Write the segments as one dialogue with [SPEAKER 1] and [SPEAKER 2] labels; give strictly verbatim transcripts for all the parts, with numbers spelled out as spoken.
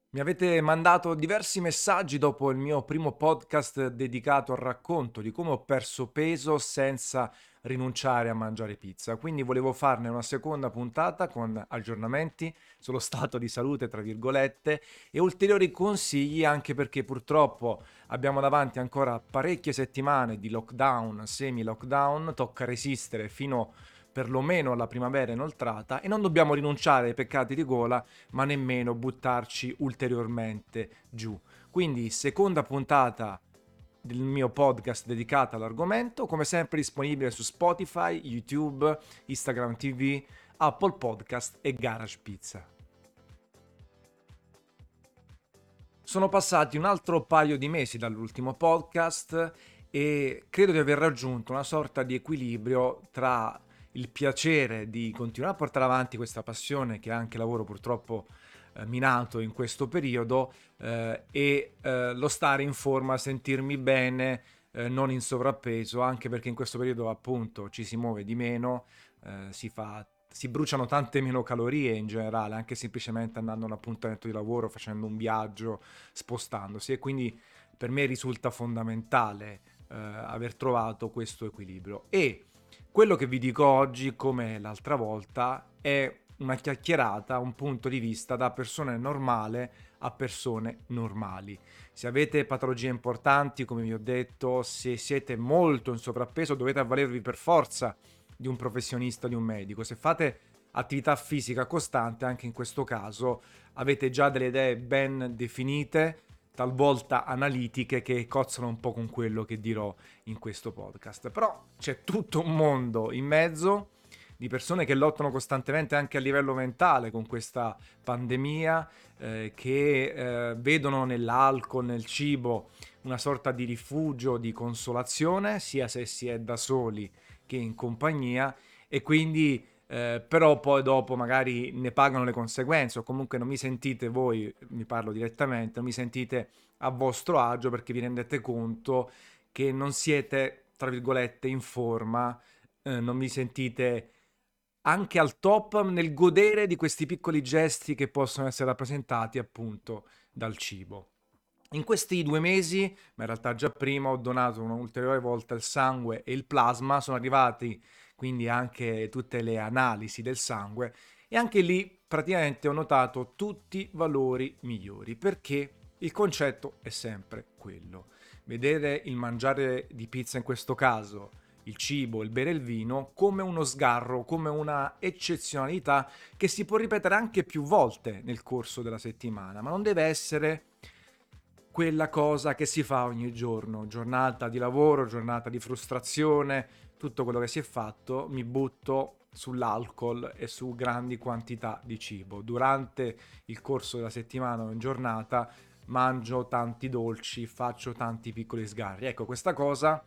[SPEAKER 1] Mi avete mandato diversi messaggi dopo il mio primo podcast dedicato al racconto di come ho perso peso senza rinunciare a mangiare pizza. Quindi volevo farne una seconda puntata con aggiornamenti sullo stato di salute, tra virgolette, e ulteriori consigli, anche perché purtroppo abbiamo davanti ancora parecchie settimane di lockdown, semi-lockdown, tocca resistere fino perlomeno alla primavera inoltrata e non dobbiamo rinunciare ai peccati di gola ma nemmeno buttarci ulteriormente giù. Quindi, seconda puntata del mio podcast dedicata all'argomento, come sempre disponibile su Spotify, YouTube, Instagram T V, Apple Podcast e Garage Pizza. Sono passati un altro paio di mesi dall'ultimo podcast e credo di aver raggiunto una sorta di equilibrio tra il piacere di continuare a portare avanti questa passione che anche lavoro purtroppo eh, minato in questo periodo eh, e eh, lo stare in forma, sentirmi bene, eh, non in sovrappeso, anche perché in questo periodo appunto ci si muove di meno, eh, si fa si bruciano tante meno calorie in generale, anche semplicemente andando a un appuntamento di lavoro, facendo un viaggio, spostandosi e quindi per me risulta fondamentale eh, aver trovato questo equilibrio. E quello che vi dico oggi, come l'altra volta, è una chiacchierata, un punto di vista da persone normale a persone normali. Se avete patologie importanti, come vi ho detto, se siete molto in sovrappeso, dovete avvalervi per forza di un professionista, di un medico. Se fate attività fisica costante, anche in questo caso avete già delle idee ben definite, talvolta analitiche, che cozzano un po' con quello che dirò in questo podcast. Però c'è tutto un mondo in mezzo di persone che lottano costantemente anche a livello mentale con questa pandemia, eh, che eh, vedono nell'alcol, nel cibo, una sorta di rifugio, di consolazione, sia se si è da soli che in compagnia, e quindi eh, però poi dopo magari ne pagano le conseguenze o comunque non mi sentite voi, mi parlo direttamente, non mi sentite a vostro agio perché vi rendete conto che non siete, tra virgolette, in forma, eh, non vi sentite anche al top nel godere di questi piccoli gesti che possono essere rappresentati appunto dal cibo. In questi due mesi, ma in realtà già prima, ho donato un'ulteriore volta il sangue e il plasma, sono arrivati quindi anche tutte le analisi del sangue e anche lì praticamente ho notato tutti valori migliori, perché il concetto è sempre quello. Vedere il mangiare di pizza, in questo caso il cibo, il bere il vino, come uno sgarro, come una eccezionalità che si può ripetere anche più volte nel corso della settimana, ma non deve essere quella cosa che si fa ogni giorno, giornata di lavoro, giornata di frustrazione, tutto quello che si è fatto, mi butto sull'alcol e su grandi quantità di cibo. Durante il corso della settimana o in giornata mangio tanti dolci, faccio tanti piccoli sgarri. Ecco, questa cosa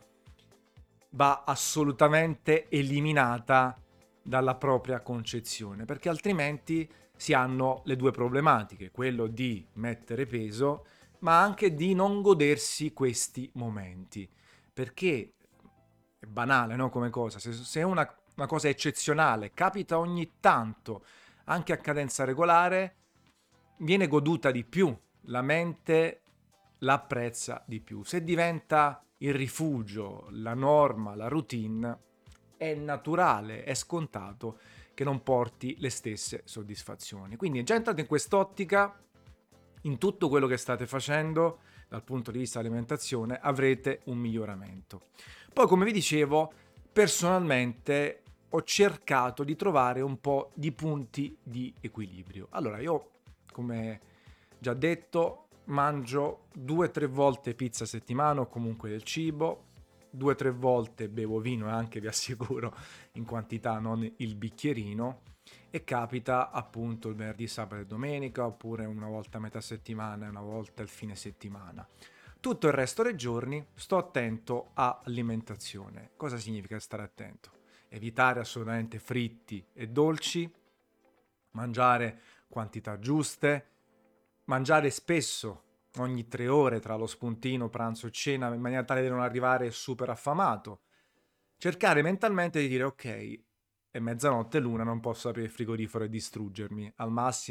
[SPEAKER 1] va assolutamente eliminata dalla propria concezione, perché altrimenti si hanno le due problematiche, quello di mettere peso, ma anche di non godersi questi momenti, perché è banale, no, come cosa, se, se è una, una cosa eccezionale, capita ogni tanto, anche a cadenza regolare, viene goduta di più, la mente l'apprezza di più. Se diventa il rifugio, la norma, la routine, è naturale, è scontato che non porti le stesse soddisfazioni. Quindi già entrate in quest'ottica, in tutto quello che state facendo dal punto di vista dell'alimentazione avrete un miglioramento. Poi, come vi dicevo, personalmente ho cercato di trovare un po' di punti di equilibrio. Allora, io, come già detto, mangio due o tre volte pizza a settimana o comunque del cibo, due o tre volte bevo vino e anche vi assicuro in quantità, non il bicchierino, e capita appunto il venerdì, sabato e domenica, oppure una volta a metà settimana e una volta il fine settimana. Tutto il resto dei giorni sto attento all'alimentazione. Cosa significa stare attento? Evitare assolutamente fritti e dolci, mangiare quantità giuste, mangiare spesso, ogni tre ore tra lo spuntino, pranzo e cena, in maniera tale da non arrivare super affamato. Cercare mentalmente di dire ok, è mezzanotte l'una, non posso aprire il frigorifero e distruggermi. Al massimo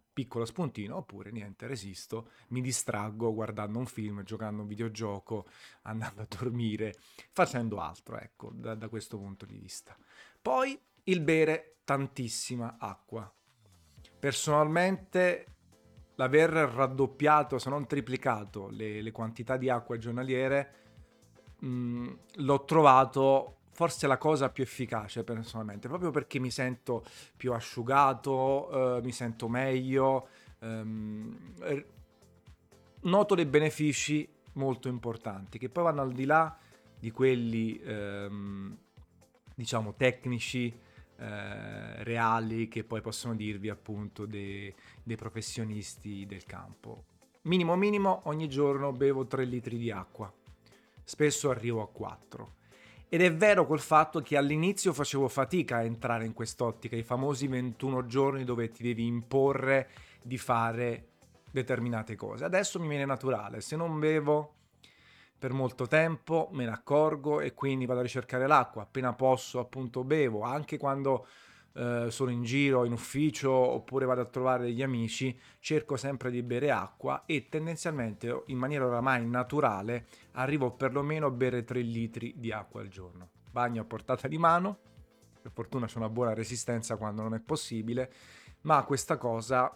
[SPEAKER 1] piccolo spuntino, oppure niente, resisto, mi distraggo guardando un film, giocando un videogioco, andando a dormire, facendo altro, ecco, da, da questo punto di vista. Poi il bere tantissima acqua. Personalmente l'aver raddoppiato, se non triplicato, le, le quantità di acqua giornaliere, mh, l'ho trovato forse la cosa più efficace personalmente, proprio perché mi sento più asciugato, eh, mi sento meglio, ehm, er- noto dei benefici molto importanti che poi vanno al di là di quelli, ehm, diciamo, tecnici, eh, reali, che poi possono dirvi appunto dei, dei professionisti del campo. Minimo minimo ogni giorno bevo tre litri di acqua, spesso arrivo a quattro. Ed è vero col fatto che all'inizio facevo fatica a entrare in quest'ottica, i famosi ventuno giorni dove ti devi imporre di fare determinate cose. Adesso mi viene naturale, se non bevo per molto tempo me ne accorgo e quindi vado a ricercare l'acqua, appena posso appunto bevo, anche quando eh, sono in giro, in ufficio oppure vado a trovare degli amici, cerco sempre di bere acqua e tendenzialmente in maniera oramai naturale arrivo perlomeno a bere tre litri di acqua al giorno. Bagno a portata di mano, per fortuna c'è una buona resistenza quando non è possibile, ma questa cosa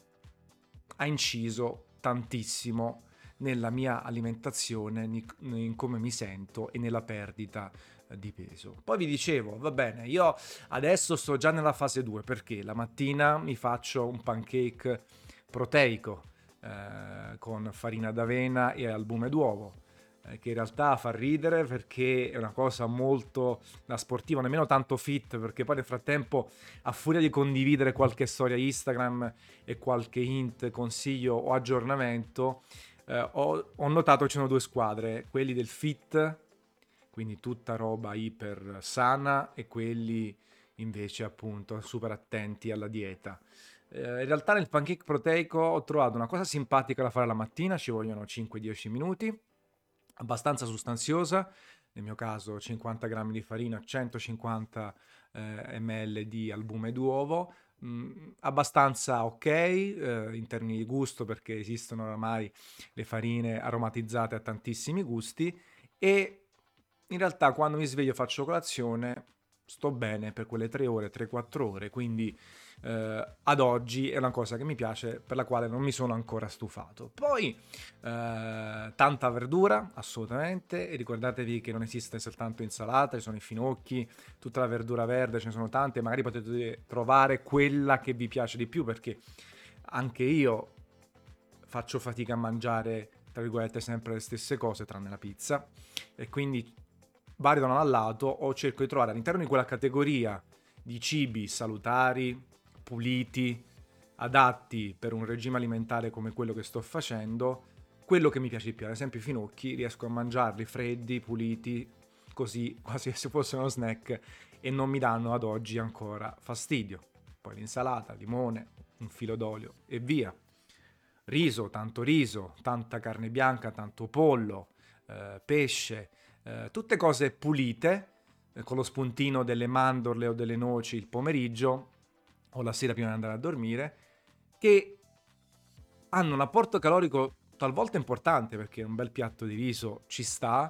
[SPEAKER 1] ha inciso tantissimo nella mia alimentazione, in come mi sento e nella perdita di peso. Poi vi dicevo, va bene, io adesso sto già nella fase due perché la mattina mi faccio un pancake proteico eh, con farina d'avena e albume d'uovo, eh, che in realtà fa ridere perché è una cosa molto da sportivo, nemmeno tanto fit, perché poi nel frattempo, a furia di condividere qualche storia Instagram e qualche hint, consiglio o aggiornamento, eh, ho, ho notato che ci sono due squadre, quelli del fit, quindi tutta roba iper sana, e quelli invece appunto super attenti alla dieta. Eh, in realtà nel pancake proteico ho trovato una cosa simpatica da fare la mattina, ci vogliono cinque dieci minuti, abbastanza sostanziosa, nel mio caso cinquanta grammi di farina, centocinquanta eh, millilitri di albume d'uovo, mh, abbastanza ok eh, in termini di gusto, perché esistono oramai le farine aromatizzate a tantissimi gusti, e in realtà quando mi sveglio e faccio colazione sto bene per quelle tre ore, tre quattro ore, quindi eh, ad oggi è una cosa che mi piace, per la quale non mi sono ancora stufato. Poi eh, tanta verdura, assolutamente, e ricordatevi che non esiste soltanto insalata, ci sono i finocchi, tutta la verdura verde, ce ne sono tante, magari potete trovare quella che vi piace di più, perché anche io faccio fatica a mangiare, tra virgolette, sempre le stesse cose tranne la pizza, e quindi vario da un al lato, o cerco di trovare all'interno di quella categoria di cibi salutari, puliti, adatti per un regime alimentare come quello che sto facendo, quello che mi piace di più. Ad esempio i finocchi riesco a mangiarli freddi, puliti, così quasi se fosse uno snack, e non mi danno ad oggi ancora fastidio. Poi l'insalata, limone, un filo d'olio e via. Riso, tanto riso, tanta carne bianca, tanto pollo, eh, pesce, eh, tutte cose pulite, eh, con lo spuntino delle mandorle o delle noci il pomeriggio o la sera prima di andare a dormire, che hanno un apporto calorico talvolta importante, perché un bel piatto di riso ci sta,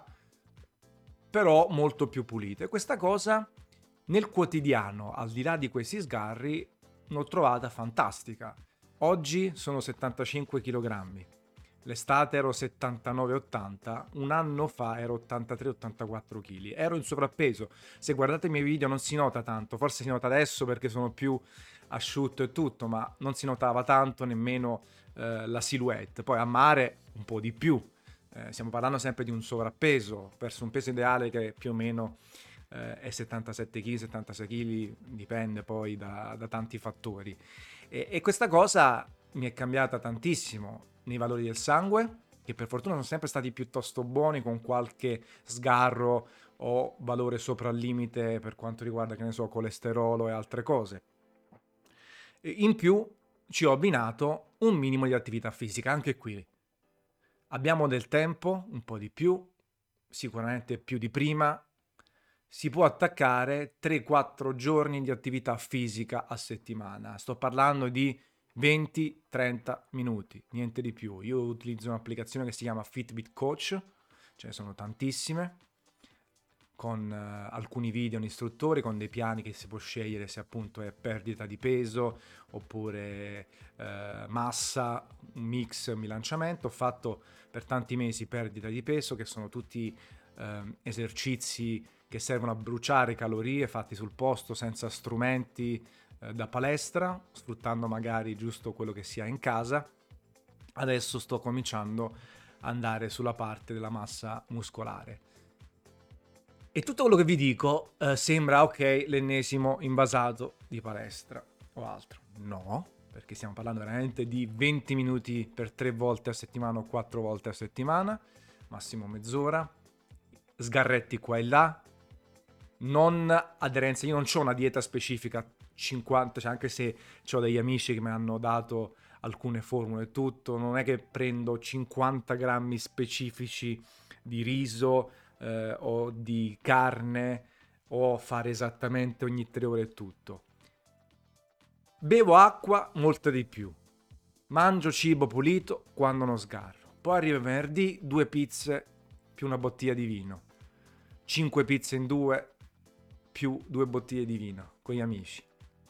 [SPEAKER 1] però molto più pulito. E questa cosa nel quotidiano, al di là di questi sgarri, l'ho trovata fantastica. Oggi sono settantacinque chilogrammi. L'estate ero settantanove ottanta, un anno fa ero ottantatré ottantaquattro kg. Ero in sovrappeso. Se guardate i miei video non si nota tanto, forse si nota adesso perché sono più asciutto e tutto, ma non si notava tanto nemmeno eh, la silhouette. Poi a mare un po' di più. Eh, stiamo parlando sempre di un sovrappeso verso un peso ideale che più o meno eh, è settantasette chili, settantasei chili, dipende poi da, da tanti fattori. E, e questa cosa mi è cambiata tantissimo nei valori del sangue, che per fortuna sono sempre stati piuttosto buoni, con qualche sgarro o valore sopra il limite per quanto riguarda, che ne so, colesterolo e altre cose. E in più ci ho abbinato un minimo di attività fisica, anche qui. Abbiamo del tempo, un po' di più, sicuramente più di prima, si può attaccare tre quattro giorni di attività fisica a settimana. Sto parlando di venti trenta minuti, niente di più. Io utilizzo un'applicazione che si chiama Fitbit Coach, ce ne sono tantissime, con uh, alcuni video, un istruttore, con dei piani che si può scegliere se appunto è perdita di peso oppure uh, massa, un mix, un bilanciamento. Ho fatto per tanti mesi perdita di peso, che sono tutti uh, esercizi che servono a bruciare calorie fatti sul posto senza strumenti uh, da palestra, sfruttando magari giusto quello che si ha in casa. Adesso sto cominciando ad andare sulla parte della massa muscolare. E tutto quello che vi dico eh, sembra, ok, l'ennesimo invasato di palestra o altro. No, perché stiamo parlando veramente di venti minuti per tre volte a settimana o quattro volte a settimana, massimo mezz'ora, sgarretti qua e là, non aderenza. Io non ho una dieta specifica cinquanta, cioè anche se ho degli amici che mi hanno dato alcune formule e tutto, non è che prendo cinquanta grammi specifici di riso eh, o di carne o fare esattamente ogni tre ore e tutto. Bevo acqua molto di più, mangio cibo pulito quando non sgarro, poi arriva venerdì, due pizze più una bottiglia di vino, cinque pizze in due più due bottiglie di vino con gli amici.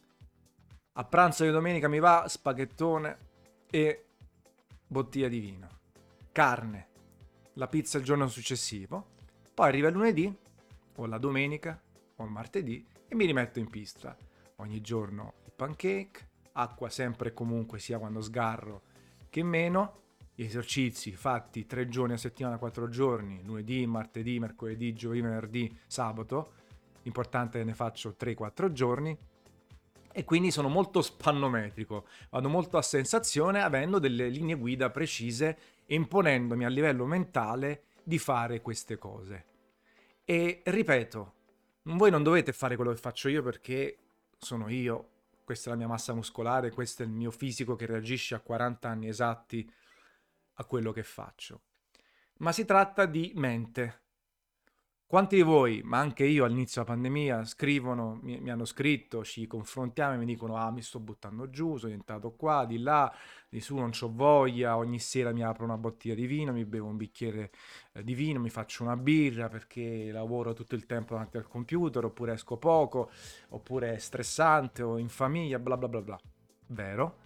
[SPEAKER 1] A pranzo di domenica mi va spaghettone e bottiglia di vino, carne, la pizza il giorno successivo, poi arriva il lunedì o la domenica o il martedì e mi rimetto in pista. Ogni giorno il pancake, acqua sempre e comunque sia quando sgarro che meno, gli esercizi fatti tre giorni a settimana, quattro giorni, lunedì, martedì, mercoledì, giovedì, venerdì, sabato, l'importante è che ne faccio tre quattro giorni. E quindi sono molto spannometrico, vado molto a sensazione avendo delle linee guida precise e imponendomi a livello mentale di fare queste cose. E ripeto, voi non dovete fare quello che faccio io perché sono io, questa è la mia massa muscolare, questo è il mio fisico che reagisce a quaranta anni esatti a quello che faccio. Ma si tratta di mente. Quanti di voi, ma anche io all'inizio della pandemia, scrivono, mi, mi hanno scritto, ci confrontiamo e mi dicono ah mi sto buttando giù, sono diventato qua, di là, di su, non c'ho voglia, ogni sera mi apro una bottiglia di vino, mi bevo un bicchiere eh, di vino, mi faccio una birra perché lavoro tutto il tempo davanti al computer, oppure esco poco, oppure è stressante o in famiglia, bla bla bla bla. Vero?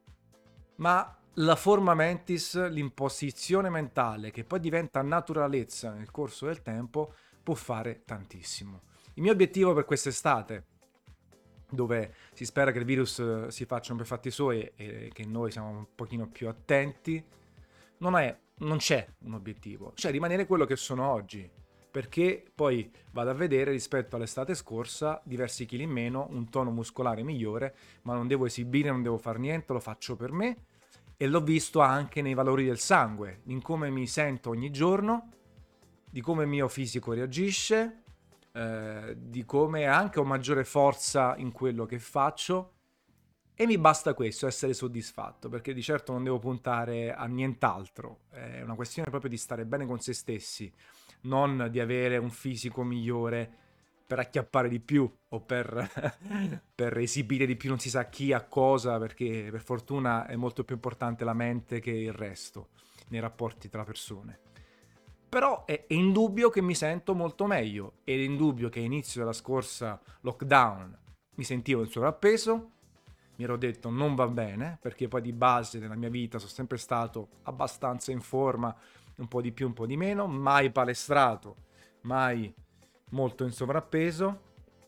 [SPEAKER 1] Ma la forma mentis, l'imposizione mentale, che poi diventa naturalezza nel corso del tempo, può fare tantissimo. Il mio obiettivo per quest'estate, dove si spera che il virus si faccia per fatti suoi e che noi siamo un pochino più attenti, non è, non c'è un obiettivo, cioè rimanere quello che sono oggi, perché poi vado a vedere rispetto all'estate scorsa diversi chili in meno, un tono muscolare migliore, ma non devo esibire, non devo fare niente, lo faccio per me e l'ho visto anche nei valori del sangue, in come mi sento ogni giorno, di come il mio fisico reagisce, eh, di come anche ho maggiore forza in quello che faccio e mi basta questo, essere soddisfatto, perché di certo non devo puntare a nient'altro, è una questione proprio di stare bene con se stessi, non di avere un fisico migliore per acchiappare di più o per, per esibire di più non si sa chi a cosa, perché per fortuna è molto più importante la mente che il resto nei rapporti tra persone. Però è, è indubbio che mi sento molto meglio, ed è indubbio che all'inizio della scorsa lockdown mi sentivo in sovrappeso, mi ero detto non va bene, perché poi di base nella mia vita sono sempre stato abbastanza in forma, un po' di più, un po' di meno, mai palestrato, mai molto in sovrappeso.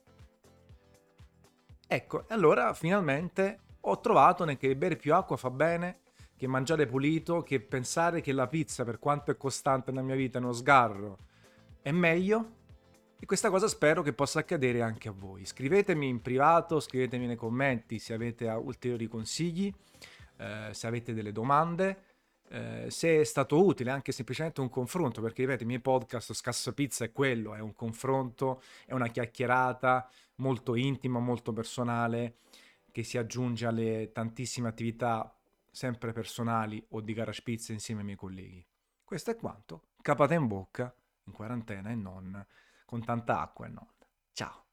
[SPEAKER 1] Ecco, e allora finalmente ho trovato che bere più acqua fa bene, che mangiare pulito, che pensare che la pizza, per quanto è costante nella mia vita, è uno sgarro, è meglio. E questa cosa spero che possa accadere anche a voi. Scrivetemi in privato, scrivetemi nei commenti se avete ulteriori consigli, eh, se avete delle domande, eh, se è stato utile anche semplicemente un confronto, perché ripeto, i miei podcast Scassa Pizza è quello, è un confronto, è una chiacchierata molto intima, molto personale, che si aggiunge alle tantissime attività sempre personali o di garage pizza insieme ai miei colleghi. Questo è quanto. Capata in bocca, in quarantena e non, con tanta acqua e non. Ciao!